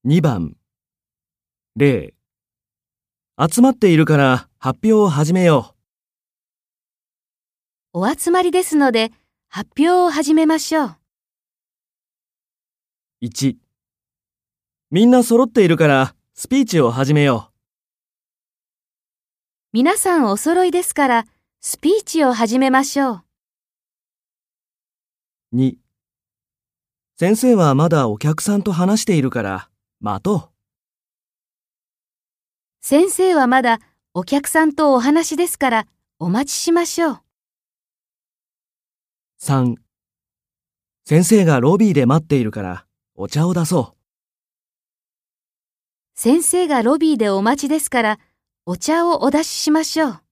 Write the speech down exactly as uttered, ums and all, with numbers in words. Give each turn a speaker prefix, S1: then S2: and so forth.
S1: にばん、例。集まっているから発表を始めよ
S2: お集まりですので、発表を始めましょう。
S1: いち、みんな揃っているからスピーチを始めよ
S2: 皆さんお揃いですから、スピーチを始めましょう。
S1: う。に、先生はまだお客さんと話しているから待とう。
S2: 先生はまだお客さんとお話ですから、お待ちしましょう。
S1: さん、先生がロビーで待っているからお茶を出そう。
S2: 先生がロビーでお待ちですから、お茶をお出ししましょう。